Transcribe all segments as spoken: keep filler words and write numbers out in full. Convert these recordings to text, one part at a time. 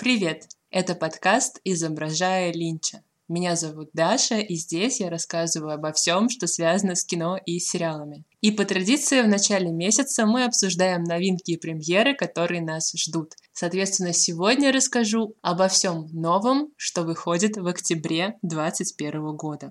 Привет! Это подкаст «Изображая Линча». Меня зовут Даша, и здесь я рассказываю обо всем, что связано с кино и сериалами. И по традиции в начале месяца мы обсуждаем новинки и премьеры, которые нас ждут. Соответственно, сегодня расскажу обо всем новом, что выходит в октябре двадцать первого года.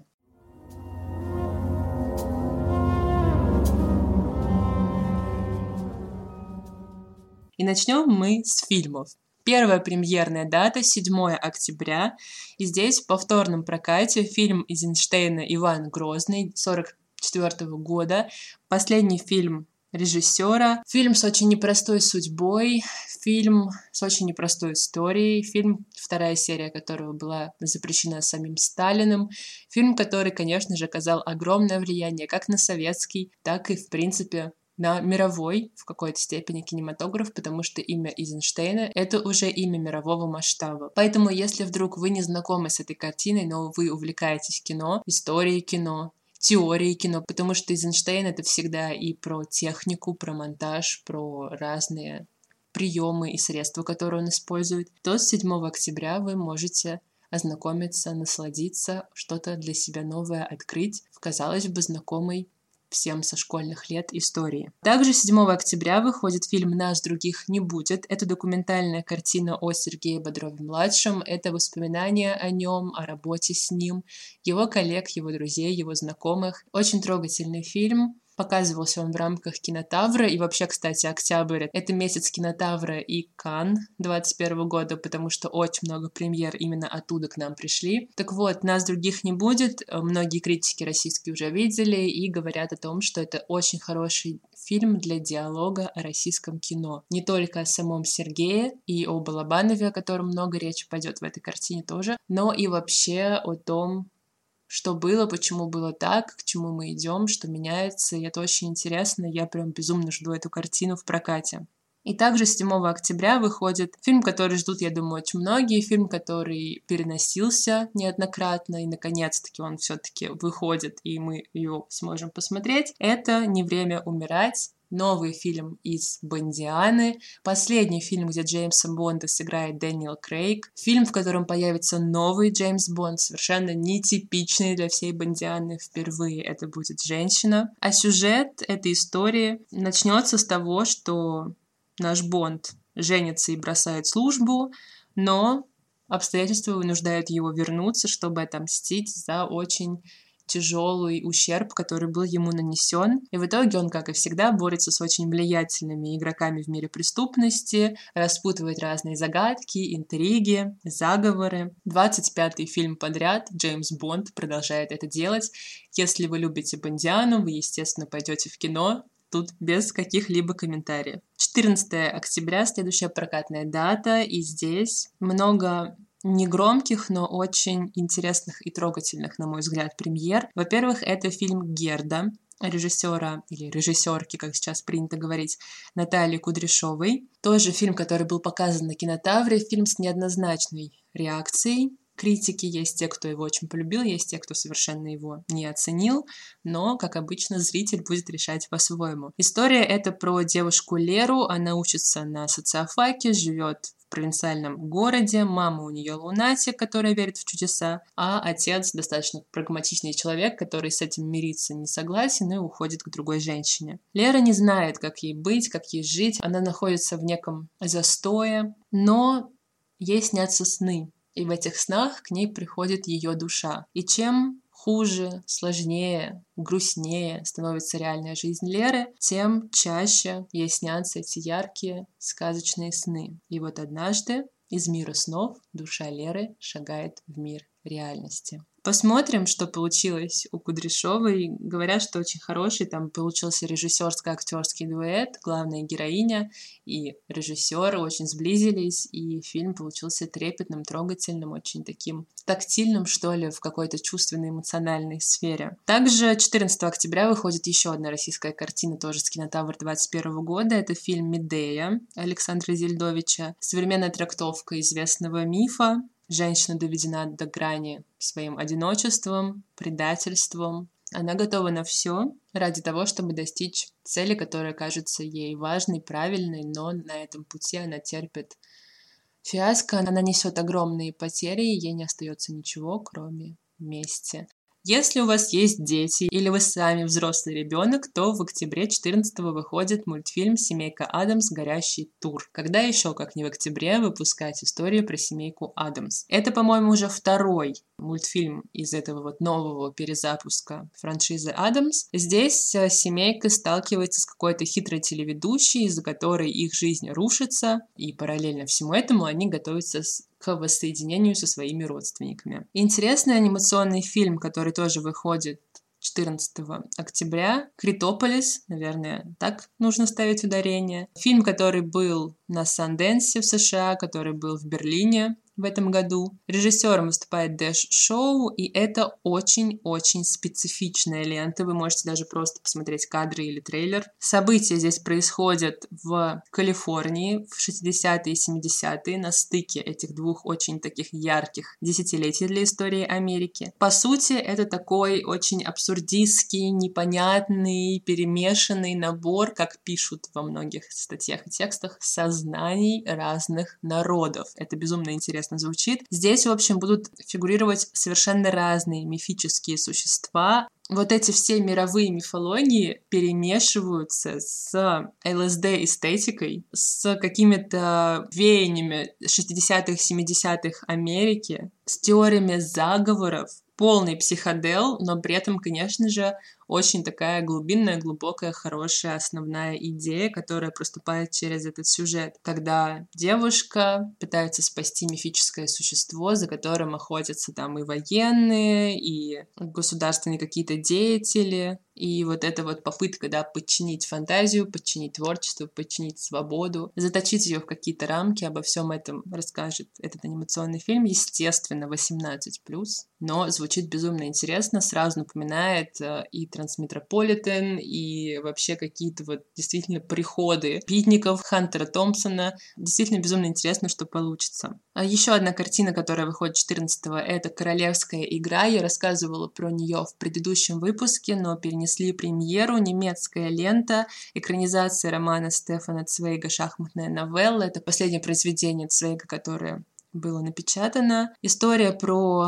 И начнем мы с фильмов. Первая премьерная дата — седьмое октября, и здесь в повторном прокате фильм Эйзенштейна «Иван Грозный» сорок четвёртого года, последний фильм режиссера, фильм с очень непростой судьбой, фильм с очень непростой историей, фильм, вторая серия которого была запрещена самим Сталиным, фильм, который, конечно же, оказал огромное влияние как на советский, так и, в принципе, на мировой, в какой-то степени, кинематограф, потому что имя Эйзенштейна — это уже имя мирового масштаба. Поэтому, если вдруг вы не знакомы с этой картиной, но вы увлекаетесь кино, историей кино, теорией кино, потому что Эйзенштейн — это всегда и про технику, про монтаж, про разные приемы и средства, которые он использует, то с седьмого октября вы можете ознакомиться, насладиться, что-то для себя новое открыть в, казалось бы, знакомой всем со школьных лет истории. Также седьмого октября выходит фильм «Нас других не будет». Это документальная картина о Сергее Бодрове-младшем. Это воспоминания о нем, о работе с ним, его коллег, его друзей, его знакомых. Очень трогательный фильм. Показывался он в рамках Кинотавра, и вообще, кстати, октябрь — это месяц Кинотавра и Канн двадцать первого года, потому что очень много премьер именно оттуда к нам пришли. Так вот, «Нас других не будет». Многие критики российские уже видели и говорят о том, что это очень хороший фильм для диалога о российском кино. Не только о самом Сергее и о Балабанове, о котором много речи пойдет в этой картине тоже, но и вообще о том, что было, почему было так, к чему мы идем, что меняется, и это очень интересно, я прям безумно жду эту картину в прокате. И также седьмого октября выходит фильм, который ждут, я думаю, очень многие, фильм, который переносился неоднократно, и наконец-таки он все-таки выходит, и мы его сможем посмотреть. Это «Не время умирать». Новый фильм из Бондианы, последний фильм, где Джеймса Бонда сыграет Дэниел Крейг, фильм, в котором появится новый Джеймс Бонд, совершенно нетипичный для всей Бондианы, впервые это будет женщина. А сюжет этой истории начнется с того, что наш Бонд женится и бросает службу, но обстоятельства вынуждают его вернуться, чтобы отомстить за очень тяжелый ущерб, который был ему нанесен. И в итоге он, как и всегда, борется с очень влиятельными игроками в мире преступности, распутывает разные загадки, интриги, заговоры. двадцать пятый фильм подряд Джеймс Бонд продолжает это делать. Если вы любите Бондиану, вы, естественно, пойдете в кино. Тут без каких-либо комментариев. четырнадцатого октября следующая прокатная дата, и здесь много негромких, но очень интересных и трогательных, на мой взгляд, премьер. Во-первых, это фильм «Герда» режиссера или режиссерки, как сейчас принято говорить, Натальи Кудряшовой. Тоже фильм, который был показан на Кинотавре, фильм с неоднозначной реакцией критики. Есть те, кто его очень полюбил, есть те, кто совершенно его не оценил, но, как обычно, зритель будет решать по-своему. История — это про девушку Леру, она учится на социофаке, живет в провинциальном городе, мама у нее лунатик, которая верит в чудеса, а отец достаточно прагматичный человек, который с этим мириться не согласен и уходит к другой женщине. Лера не знает, как ей быть, как ей жить, она находится в неком застое, но ей снятся сны. И в этих снах к ней приходит ее душа. И чем хуже, сложнее, грустнее становится реальная жизнь Леры, тем чаще ей снятся эти яркие сказочные сны. И вот однажды из мира снов душа Леры шагает в мир реальности. Посмотрим, что получилось у Кудряшовой. Говорят, что очень хороший. Там получился режиссерско-актерский дуэт. Главная героиня и режиссер очень сблизились, и фильм получился трепетным, трогательным, очень таким тактильным, что ли, в какой-то чувственной, эмоциональной сфере. Также четырнадцатого октября выходит еще одна российская картина, тоже с Кинотавр двадцать первого года. Это фильм «Медея» Александра Зельдовича. Современная трактовка известного мифа. Женщина доведена до грани своим одиночеством, предательством. Она готова на все ради того, чтобы достичь цели, которая кажется ей важной, правильной, но на этом пути она терпит Фиаско, она нанесет огромные потери, и ей не остается ничего, кроме мести. Если у вас есть дети или вы сами взрослый ребенок, то в октябре четырнадцатого выходит мультфильм «Семейка Адамс. Горящий тур». Когда еще, как не в октябре, выпускать историю про семейку Адамс? Это, по-моему, уже второй мультфильм из этого вот нового перезапуска франшизы Адамс. Здесь семейка сталкивается с какой-то хитрой телеведущей, из-за которой их жизнь рушится, и параллельно всему этому они готовятся к воссоединению со своими родственниками. Интересный анимационный фильм, который тоже выходит четырнадцатого октября. «Критополис», наверное, так нужно ставить ударение. Фильм, который был на Санденсе в США, который был в Берлине в этом году. Режиссером выступает Дэш Шоу, и это очень-очень специфичная лента. Вы можете даже просто посмотреть кадры или трейлер. События здесь происходят в Калифорнии в шестидесятые и семидесятые, на стыке этих двух очень таких ярких десятилетий для истории Америки. По сути, это такой очень абсурдистский, непонятный, перемешанный набор, как пишут во многих статьях и текстах, сознаний разных народов. Это безумно интересно звучит. Здесь, в общем, будут фигурировать совершенно разные мифические существа. Вот эти все мировые мифологии перемешиваются с эл эс ди-эстетикой, с какими-то веяниями шестидесятых, семидесятых Америки, с теориями заговоров, полный психодел, но при этом, конечно же, очень такая глубинная, глубокая, хорошая основная идея, которая проступает через этот сюжет, когда девушка пытается спасти мифическое существо, за которым охотятся там и военные, и государственные какие-то деятели, и вот эта вот попытка, да, подчинить фантазию, подчинить творчество, подчинить свободу, заточить ее в какие-то рамки, обо всем этом расскажет этот анимационный фильм, естественно, восемнадцать плюс, но звучит безумно интересно, сразу напоминает и Трансметрополитен, и вообще какие-то вот действительно приходы Питников, Хантера Томпсона. Действительно безумно интересно, что получится. А еще одна картина, которая выходит четырнадцатого, это «Королевская игра». Я рассказывала про нее в предыдущем выпуске, но перенесли премьеру. Немецкая лента, экранизация романа Стефана Цвейга «Шахматная новелла». Это последнее произведение Цвейга, которое было напечатано. История про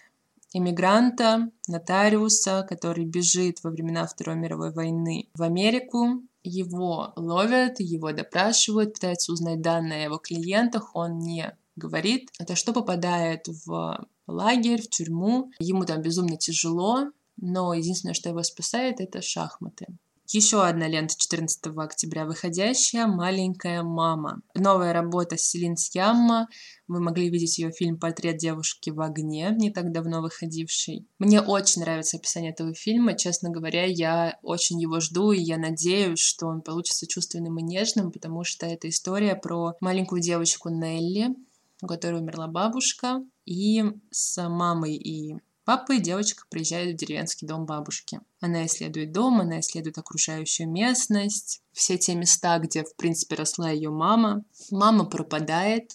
эмигранта, нотариуса, который бежит во времена Второй мировой войны в Америку. Его ловят, его допрашивают, пытаются узнать данные о его клиентах, он не говорит. Это что попадает в лагерь, в тюрьму. Ему там безумно тяжело, но единственное, что его спасает, это шахматы. Еще одна лента четырнадцатого октября выходящая «Маленькая мама». Новая работа Селин Сьямма. Вы могли видеть ее фильм «Портрет девушки в огне», не так давно выходивший. Мне очень нравится описание этого фильма. Честно говоря, я очень его жду, и я надеюсь, что он получится чувственным и нежным, потому что это история про маленькую девочку Нелли, у которой умерла бабушка, и с мамой и папой девочка приезжает в деревенский дом бабушки. Она исследует дом, она исследует окружающую местность, все те места, где, в принципе, росла ее мама. Мама пропадает,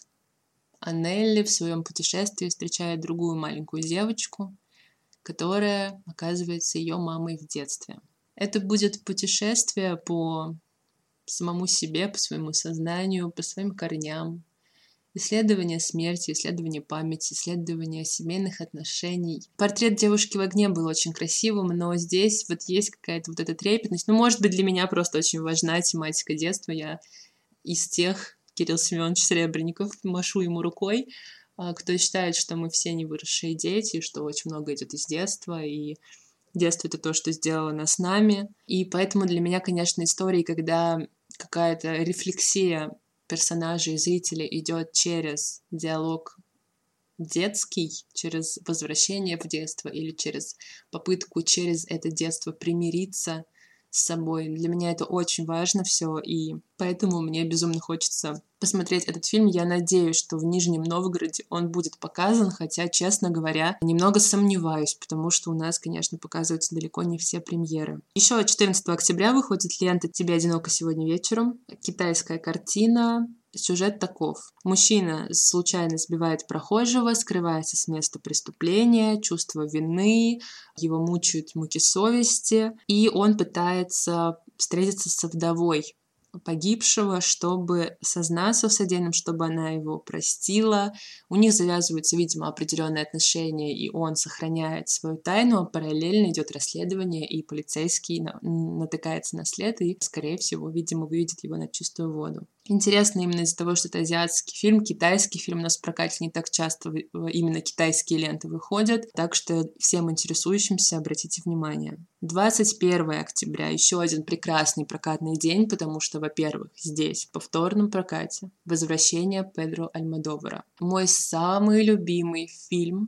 а Нелли в своем путешествии встречает другую маленькую девочку, которая оказывается ее мамой в детстве. Это будет путешествие по самому себе, по своему сознанию, по своим корням. Исследование смерти, исследование памяти, исследование семейных отношений. Портрет девушки в огне был очень красивым, но здесь вот есть какая-то вот эта трепетность. Ну, может быть, для меня просто очень важна тематика детства. Я из тех, Кирилл Семенович Серебренников, машу ему рукой, кто считает, что мы все не выросшие дети, что очень много идет из детства, и детство — это то, что сделало нас с нами. И поэтому для меня, конечно, истории, когда какая-то рефлексия персонажей и зрителей идет через диалог детский, через возвращение в детство или через попытку через это детство примириться с собой. Для меня это очень важно все, и поэтому мне безумно хочется посмотреть этот фильм. Я надеюсь, что в Нижнем Новгороде он будет показан, хотя, честно говоря, немного сомневаюсь, потому что у нас, конечно, показываются далеко не все премьеры. Еще четырнадцатого октября выходит лента «Тебе одиноко сегодня вечером». Китайская картина. Сюжет таков. Мужчина случайно сбивает прохожего, скрывается с места преступления, чувство вины, его мучают муки совести, и он пытается встретиться со вдовой погибшего, чтобы сознаться в содеянном, чтобы она его простила. У них завязываются, видимо, определенные отношения, и он сохраняет свою тайну, а параллельно идет расследование, и полицейский натыкается на след, и, скорее всего, видимо, выведет его на чистую воду. Интересно именно из-за того, что это азиатский фильм, китайский фильм у нас в прокате не так часто именно китайские ленты выходят, так что всем интересующимся обратите внимание. двадцать первого октября, еще один прекрасный прокатный день, потому что, во-первых, здесь в повторном прокате «Возвращение Педро Альмодовара». Мой самый любимый фильм.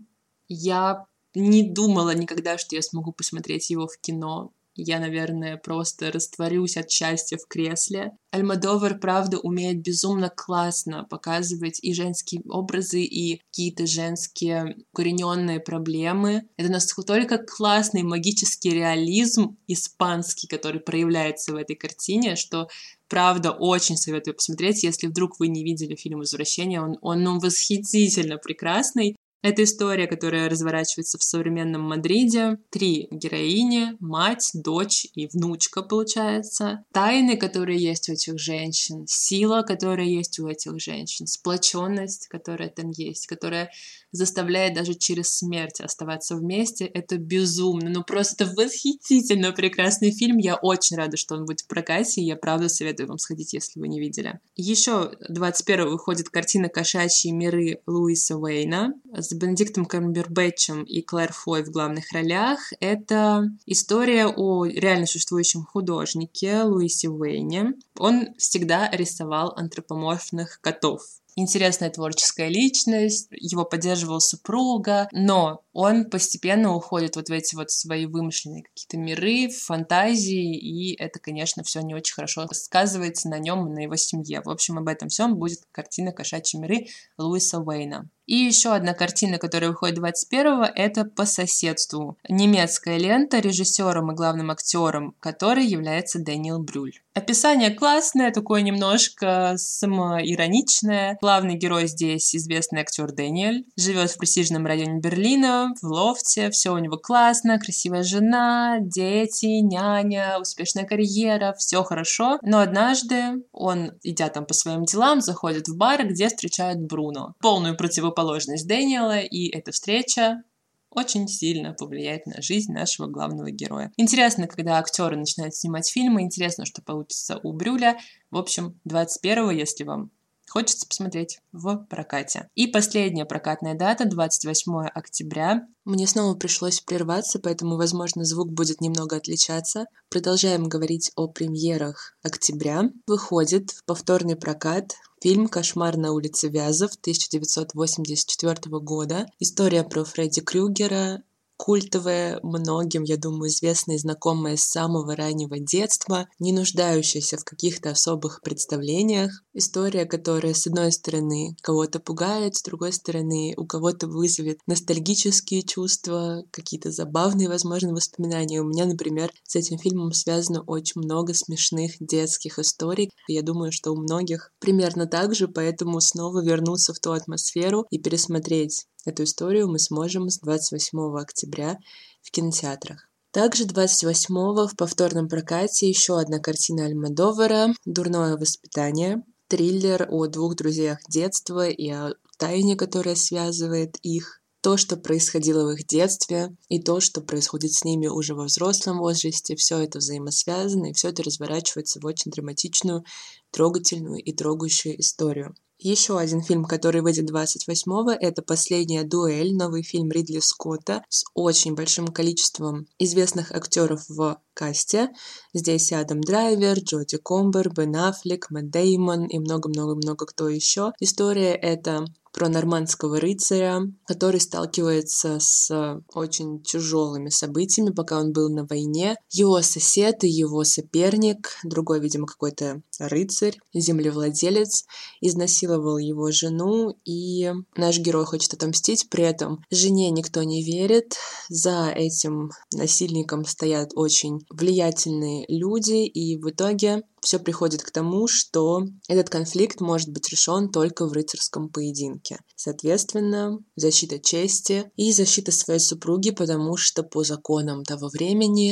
Я не думала никогда, что я смогу посмотреть его в кино. Я, наверное, просто растворюсь от счастья в кресле. Альмодовар, правда, умеет безумно классно показывать и женские образы, и какие-то женские укорененные проблемы. Это настолько классный магический реализм испанский, который проявляется в этой картине, что, правда, очень советую посмотреть, если вдруг вы не видели фильм «Возвращение». Он, он ну, восхитительно прекрасный. Это история, которая разворачивается в современном Мадриде. Три героини, мать, дочь и внучка, получается. Тайны, которые есть у этих женщин, сила, которая есть у этих женщин, сплоченность, которая там есть, которая заставляет даже через смерть оставаться вместе. Это безумно, ну просто это восхитительно прекрасный фильм. Я очень рада, что он будет в прокате, и я правда советую вам сходить, если вы не видели. Еще двадцать первого выходит картина «Кошачьи миры» Луиса Уэйна с Бенедиктом Камбербэтчем и Клэр Фой в главных ролях. Это история о реально существующем художнике Луисе Уэйне. Он всегда рисовал антропоморфных котов. Интересная творческая личность, его поддерживала супруга, но он постепенно уходит вот в эти вот свои вымышленные какие-то миры, фантазии, и это, конечно, все не очень хорошо сказывается на нем и на его семье. В общем, об этом всем будет картина «Кошачьи миры» Луиса Уэйна. И еще одна картина, которая выходит двадцать первого, это «По соседству». Немецкая лента, режиссером и главным актером которой является Дэниел Брюль. Описание классное, такое немножко самоироничное. Главный герой здесь известный актер Дэниэль. Живет в престижном районе Берлина, в лофте, все у него классно, красивая жена, дети, няня, успешная карьера, все хорошо. Но однажды он, идя там по своим делам, заходит в бар, где встречает Бруно. Полную противоположность Дэниела, и эта встреча очень сильно повлияет на жизнь нашего главного героя. Интересно, когда актеры начинают снимать фильмы, интересно, что получится у Брюля. В общем, двадцать первого, если вам хочется посмотреть в прокате. И последняя прокатная дата, двадцать восьмого октября. Мне снова пришлось прерваться, поэтому, возможно, звук будет немного отличаться. Продолжаем говорить о премьерах октября. Выходит в повторный прокат фильм «Кошмар на улице Вязов» тысяча девятьсот восемьдесят четвёртого года. История про Фредди Крюгера, культовая, многим, я думаю, известная и знакомая с самого раннего детства, не нуждающаяся в каких-то особых представлениях. История, которая, с одной стороны, кого-то пугает, с другой стороны, у кого-то вызовет ностальгические чувства, какие-то забавные, возможно, воспоминания. У меня, например, с этим фильмом связано очень много смешных детских историй. Я думаю, что у многих примерно так же, поэтому снова вернуться в ту атмосферу и пересмотреть эту историю мы сможем с двадцать восьмого октября в кинотеатрах. Также двадцать восьмого в повторном прокате еще одна картина Альмодовара «Дурное воспитание». Триллер о двух друзьях детства и о тайне, которая связывает их. То, что происходило в их детстве, и то, что происходит с ними уже во взрослом возрасте, все это взаимосвязано, и все это разворачивается в очень драматичную, трогательную и трогающую историю. Еще один фильм, который выйдет двадцать восьмого, это «Последняя дуэль», новый фильм Ридли Скотта с очень большим количеством известных актеров в касте. Здесь Адам Драйвер, Джоди Комбер, Бен Аффлек, Мэтт Дэймон и много-много-много кто еще. История эта про нормандского рыцаря, который сталкивается с очень тяжелыми событиями, пока он был на войне. Его сосед и его соперник, другой, видимо, какой-то рыцарь, землевладелец, изнасиловал его жену, и наш герой хочет отомстить. При этом жене никто не верит. За этим насильником стоят очень влиятельные люди, и в итоге все приходит к тому, что этот конфликт может быть решен только в рыцарском поединке. Соответственно, защита чести и защита своей супруги, потому что по законам того времени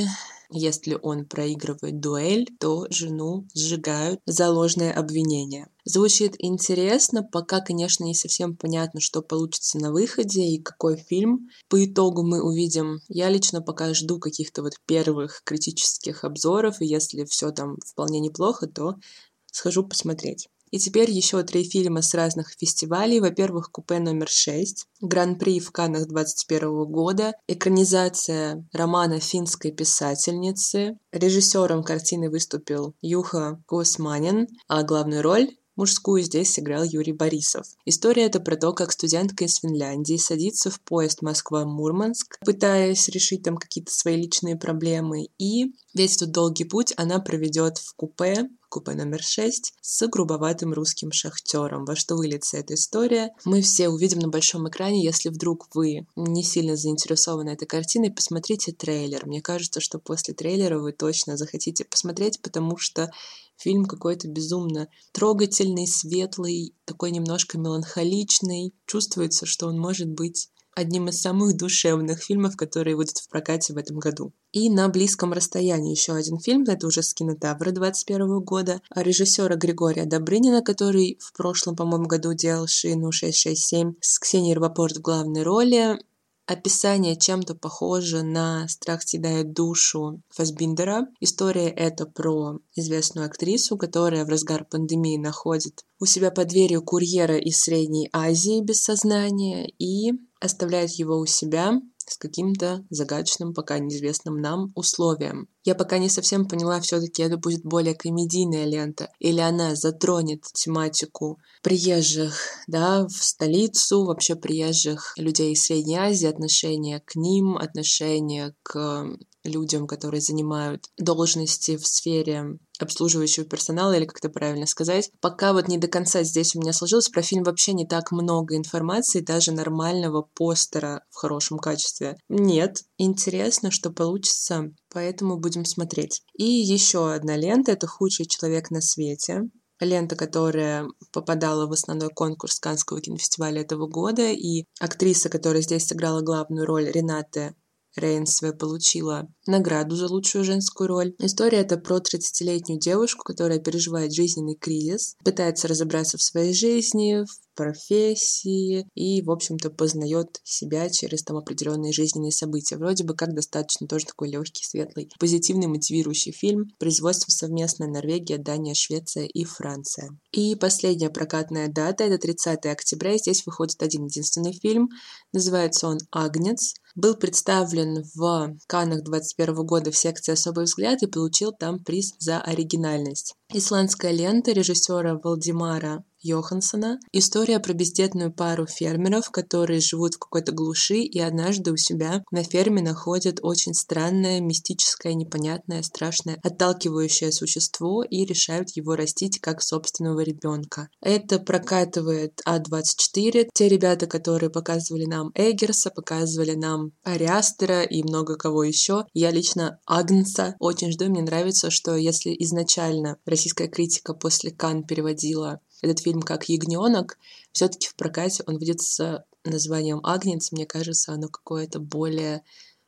Если он проигрывает дуэль, то жену сжигают за ложное обвинение. Звучит интересно, пока, конечно, не совсем понятно, что получится на выходе и какой фильм по итогу мы увидим. Я лично пока жду каких-то вот первых критических обзоров, и если все там вполне неплохо, то схожу посмотреть. И теперь еще три фильма с разных фестивалей. Во-первых, «Купе номер шесть», Гран-при в Каннах двадцать первого года, экранизация романа финской писательницы. Режиссером картины выступил Юха Гусманин, а главную роль мужскую здесь сыграл Юрий Борисов. История это про то, как студентка из Финляндии садится в поезд Москва-Мурманск, пытаясь решить там какие-то свои личные проблемы, и весь этот долгий путь она проведет в купе, купе номер шесть, с грубоватым русским шахтером. Во что выльется эта история, мы все увидим на большом экране. Если вдруг вы не сильно заинтересованы этой картиной, посмотрите трейлер. Мне кажется, что после трейлера вы точно захотите посмотреть, потому что фильм какой-то безумно трогательный, светлый, такой немножко меланхоличный. Чувствуется, что он может быть одним из самых душевных фильмов, которые выйдут в прокате в этом году. И «На близком расстоянии» еще один фильм, это уже с кинотавра двадцать первого года, режиссера Григория Добрынина, который в прошлом, по-моему, году делал «Шину шесть шесть семь» с Ксенией Рапопорт в главной роли. Описание чем-то похоже на «Страх съедает душу» Фассбиндера. История эта про известную актрису, которая в разгар пандемии находит у себя под дверью курьера из Средней Азии без сознания и оставляет его у себя с каким-то загадочным, пока неизвестным нам условием. Я пока не совсем поняла, все-таки это будет более комедийная лента, или она затронет тематику приезжих, да, в столицу, вообще приезжих людей из Средней Азии, отношение к ним, отношение к людям, которые занимают должности в сфере обслуживающего персонала, или как это правильно сказать. Пока вот не до конца здесь у меня сложилось. Про фильм вообще не так много информации, даже нормального постера в хорошем качестве нет. Интересно, что получится, поэтому будем смотреть. И еще одна лента — это «Худший человек на свете». Лента, которая попадала в основной конкурс Каннского кинофестиваля этого года, и актриса, которая здесь сыграла главную роль, Рената Рейнсве, получила награду за лучшую женскую роль. История это про тридцатилетнюю девушку, которая переживает жизненный кризис, пытается разобраться в своей жизни, в профессии и, в общем-то, познает себя через там определенные жизненные события. Вроде бы как достаточно тоже такой легкий, светлый, позитивный, мотивирующий фильм. Производство совместное: Норвегия, Дания, Швеция и Франция. И последняя прокатная дата — это тридцатого октября. И здесь выходит один единственный фильм. Называется он «Агнец». Был представлен в Каннах двадцать первого года в секции «Особый взгляд» и получил там приз за оригинальность. Исландская лента режиссера Валдимара Йоханссона. История про бездетную пару фермеров, которые живут в какой-то глуши и однажды у себя на ферме находят очень странное, мистическое, непонятное, страшное, отталкивающее существо и решают его растить как собственного ребенка. Это прокатывает А двадцать четыре. Те ребята, которые показывали нам Эггерса, показывали нам Ари Астера и много кого еще. Я лично Агнца очень жду. Мне нравится, что если изначально российская критика после Канн переводила этот фильм как «Ягненок», все-таки в прокате он выйдет с названием «Агнец». Мне кажется, оно какое-то более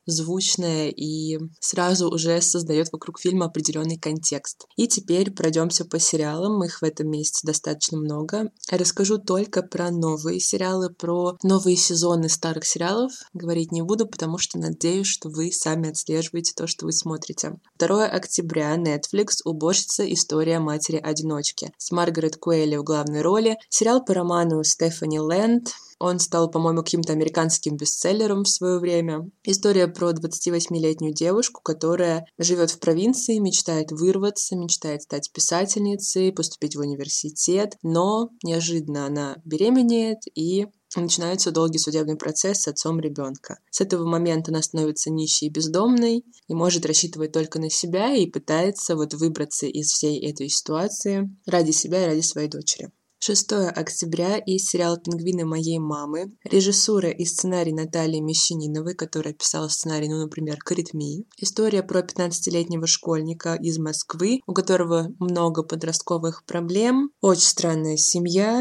звучное и сразу уже создает вокруг фильма определенный контекст. И теперь пройдемся по сериалам, их в этом месяце достаточно много. Расскажу только про новые сериалы, про новые сезоны старых сериалов. Говорить не буду, потому что надеюсь, что вы сами отслеживаете то, что вы смотрите. второго октября Netflix «Уборщица. История матери-одиночки» с Маргарет Куэлли в главной роли. Сериал по роману Стефани Лэнд. Он стал, по-моему, каким-то американским бестселлером в свое время. История про двадцативосьмилетнюю девушку, которая живет в провинции, мечтает вырваться, мечтает стать писательницей, поступить в университет, но неожиданно она беременеет и начинается долгий судебный процесс с отцом ребенка. С этого момента она становится нищей и бездомной и может рассчитывать только на себя и пытается вот выбраться из всей этой ситуации ради себя и ради своей дочери. шестого октября и сериал «Пингвины моей мамы». Режиссура и сценарий Натальи Мещаниновой, которая писала сценарий, ну, например, к «Аритмии». История про пятнадцатилетнего школьника из Москвы, у которого много подростковых проблем. Очень странная семья.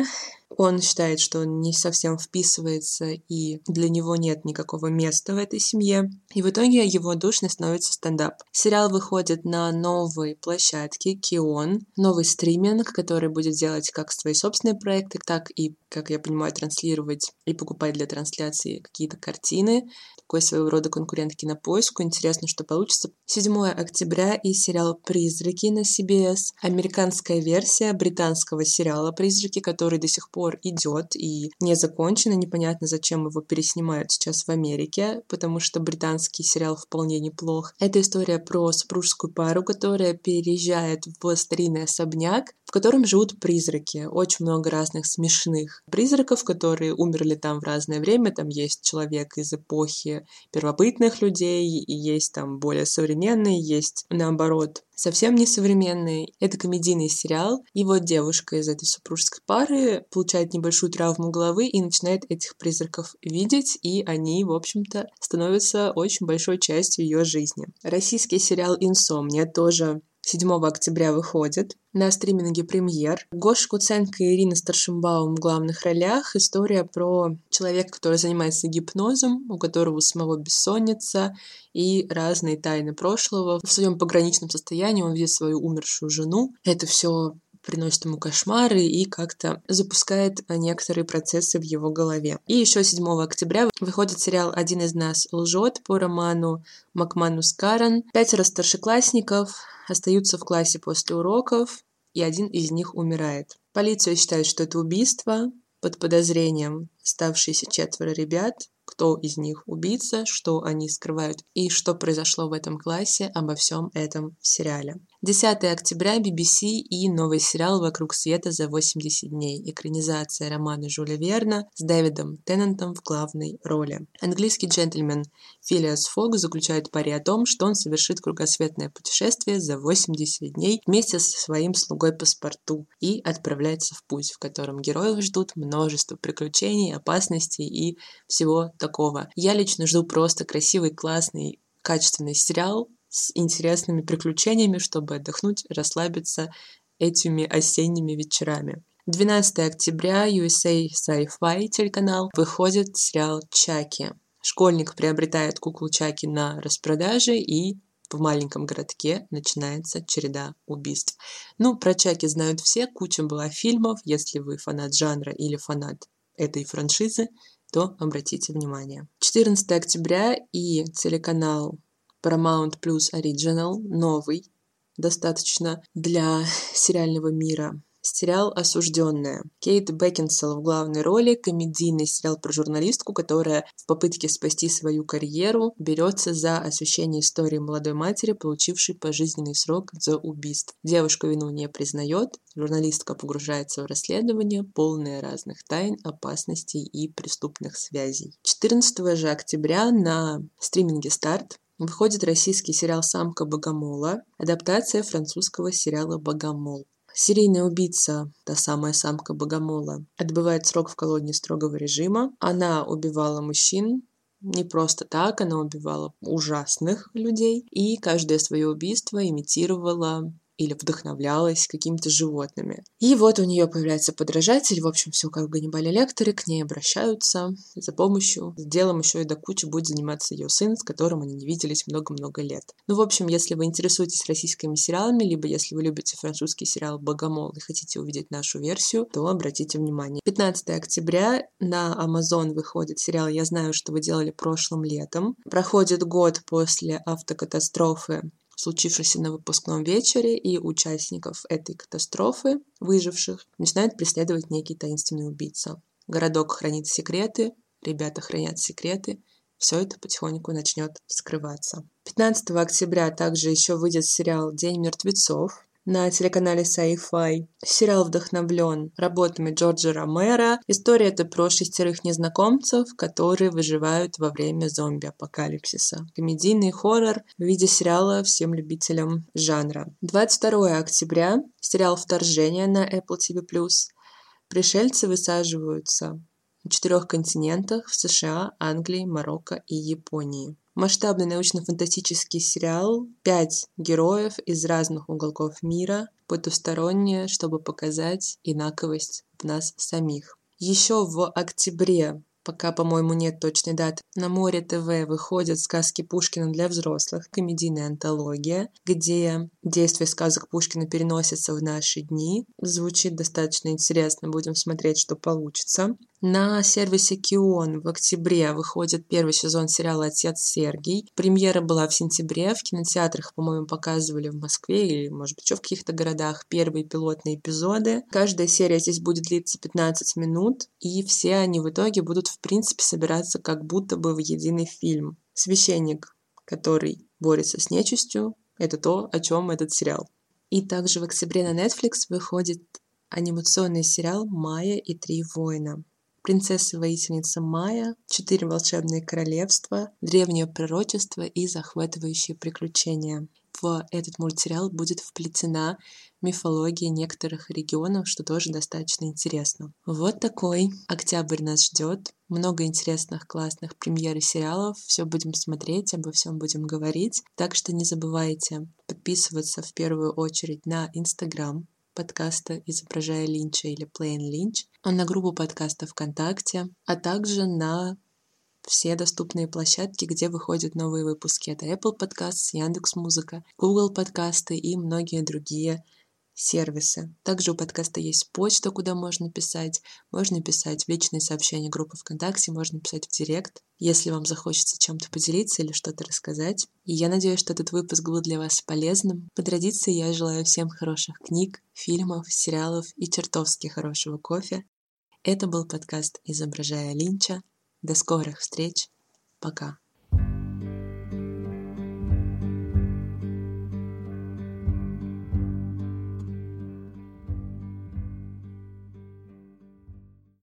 Он считает, что он не совсем вписывается, и для него нет никакого места в этой семье. И в итоге его душной становится стендап. Сериал выходит на новой площадке Кион, новый стриминг, который будет делать как свои собственные проекты, так и, как я понимаю, транслировать и покупать для трансляции какие-то картины. Такой своего рода конкурент Кинопоиску. Интересно, что получится. седьмого октября и сериал «Призраки» на си би эс. Американская версия британского сериала «Призраки», который до сих пор идет и не закончен. И непонятно, зачем его переснимают сейчас в Америке, потому что британский сериал вполне неплох. Это история про супружескую пару, которая переезжает в старинный особняк, в котором живут призраки. Очень много разных смешных призраков, которые умерли там в разное время. Там есть человек из эпохи первобытных людей, и есть там более современные, есть, наоборот, совсем несовременный. Это комедийный сериал. И вот девушка из этой супружеской пары получает небольшую травму головы и начинает этих призраков видеть, и они, в общем-то, становятся очень большой частью ее жизни. Российский сериал «Инсомния» тоже седьмого октября выходит. На стриминге «Премьер». Гоша Куценко и Ирина Старшенбаум в главных ролях. История про человека, который занимается гипнозом, у которого самого бессонница и разные тайны прошлого. В своем пограничном состоянии он видит свою умершую жену. Это все приносит ему кошмары и как-то запускает некоторые процессы в его голове. И еще седьмого октября выходит сериал «Один из нас лжет» по роману Макманус Карен. Пятеро старшеклассников остаются в классе после уроков, и один из них умирает. Полиция считает, что это убийство. Под подозрением оставшиеся четверо ребят. Кто из них убийца, что они скрывают и что произошло в этом классе, обо всем этом в сериале. десятого октября би би си и новый сериал «Вокруг света за восемьдесят дней». Экранизация романа Жюля Верна с Дэвидом Теннантом в главной роли. Английский джентльмен Филиас Фог заключает пари о том, что он совершит кругосветное путешествие за восемьдесят дней вместе со своим слугой паспорту и отправляется в путь, в котором героев ждут множество приключений, опасностей и всего такого. Я лично жду просто красивый, классный, качественный сериал с интересными приключениями, чтобы отдохнуть, расслабиться этими осенними вечерами. двенадцатого октября ю эс эй Sci-Fi телеканал выходит сериал «Чаки». Школьник приобретает куклу Чаки на распродаже, и в маленьком городке начинается череда убийств. Ну, про Чаки знают все, куча была фильмов. Если вы фанат жанра или фанат этой франшизы, то обратите внимание. четырнадцатого октября и телеканал Paramount Plus Original, новый, достаточно для сериального мира. Сериал «Осужденная». Кейт Бекинсейл в главной роли. Комедийный сериал про журналистку, которая в попытке спасти свою карьеру берется за освещение истории молодой матери, получившей пожизненный срок за убийство. Девушка вину не признает, журналистка погружается в расследование, полное разных тайн, опасностей и преступных связей. четырнадцатого же октября на стриминге «Старт» выходит российский сериал «Самка Богомола», адаптация французского сериала «Богомол». Серийный убийца, та самая самка Богомола, отбывает срок в колонии строгого режима. Она убивала мужчин не просто так, она убивала ужасных людей, и каждое свое убийство имитировала или вдохновлялась какими-то животными. И вот у нее появляется подражатель, в общем, все как в Ганнибале Лектере, к ней обращаются за помощью. С делом еще и до кучи будет заниматься ее сын, с которым они не виделись много-много лет. Ну, в общем, если вы интересуетесь российскими сериалами, либо если вы любите французский сериал «Богомол» и хотите увидеть нашу версию, то обратите внимание. пятнадцатого октября на Amazon выходит сериал «Я знаю, что вы делали прошлым летом». Проходит год после автокатастрофы, случившейся на выпускном вечере, и участников этой катастрофы, выживших, начинает преследовать некий таинственный убийца. Городок хранит секреты, ребята хранят секреты, все это потихоньку начнет вскрываться. пятнадцатого октября также еще выйдет сериал «День мертвецов» на телеканале Sci-Fi. Сериал вдохновлен работами Джорджа Ромеро. История это про шестерых незнакомцев, которые выживают во время зомби-апокалипсиса. Комедийный хоррор в виде сериала всем любителям жанра. двадцать второго октября сериал «Вторжение» на Apple ти ви плюс. Пришельцы высаживаются на четырех континентах: в США, Англии, Марокко и Японии. Масштабный научно-фантастический сериал, пять героев из разных уголков мира, потусторонние, чтобы показать инаковость в нас самих. Еще в октябре, пока, по-моему, нет точной даты, на Море ТВ выходят сказки Пушкина для взрослых, комедийная антология, где действие сказок Пушкина переносится в наши дни. Звучит достаточно интересно, будем смотреть, что получится. На сервисе Кион в октябре выходит первый сезон сериала «Отец Сергий». Премьера была в сентябре, в кинотеатрах, по-моему, показывали в Москве или, может быть, еще в каких-то городах первые пилотные эпизоды. Каждая серия здесь будет длиться пятнадцать минут, и все они в итоге будут, в принципе, собираться как будто бы в единый фильм. Священник, который борется с нечистью, это то, о чем этот сериал. И также в октябре на Netflix выходит анимационный сериал «Майя и три воина». Принцесса-воительница Майя, четыре волшебные королевства, древнее пророчество и захватывающие приключения. В этот мультсериал будет вплетена мифология некоторых регионов, что тоже достаточно интересно. Вот такой октябрь нас ждет. Много интересных, классных премьер и сериалов. Все будем смотреть, обо всем будем говорить. Так что не забывайте подписываться в первую очередь на Инстаграм подкаста «Изображая Линча» или Plain Lynch, на группу подкаста ВКонтакте, а также на все доступные площадки, где выходят новые выпуски. Это Apple Podcasts, Яндекс.Музыка, Google подкасты и многие другие сервисы. Также у подкаста есть почта, куда можно писать. Можно писать в личные сообщения группы ВКонтакте, можно писать в директ, если вам захочется чем-то поделиться или что-то рассказать. И я надеюсь, что этот выпуск был для вас полезным. По традиции я желаю всем хороших книг, фильмов, сериалов и чертовски хорошего кофе. Это был подкаст «Изображая Линча». До скорых встреч. Пока.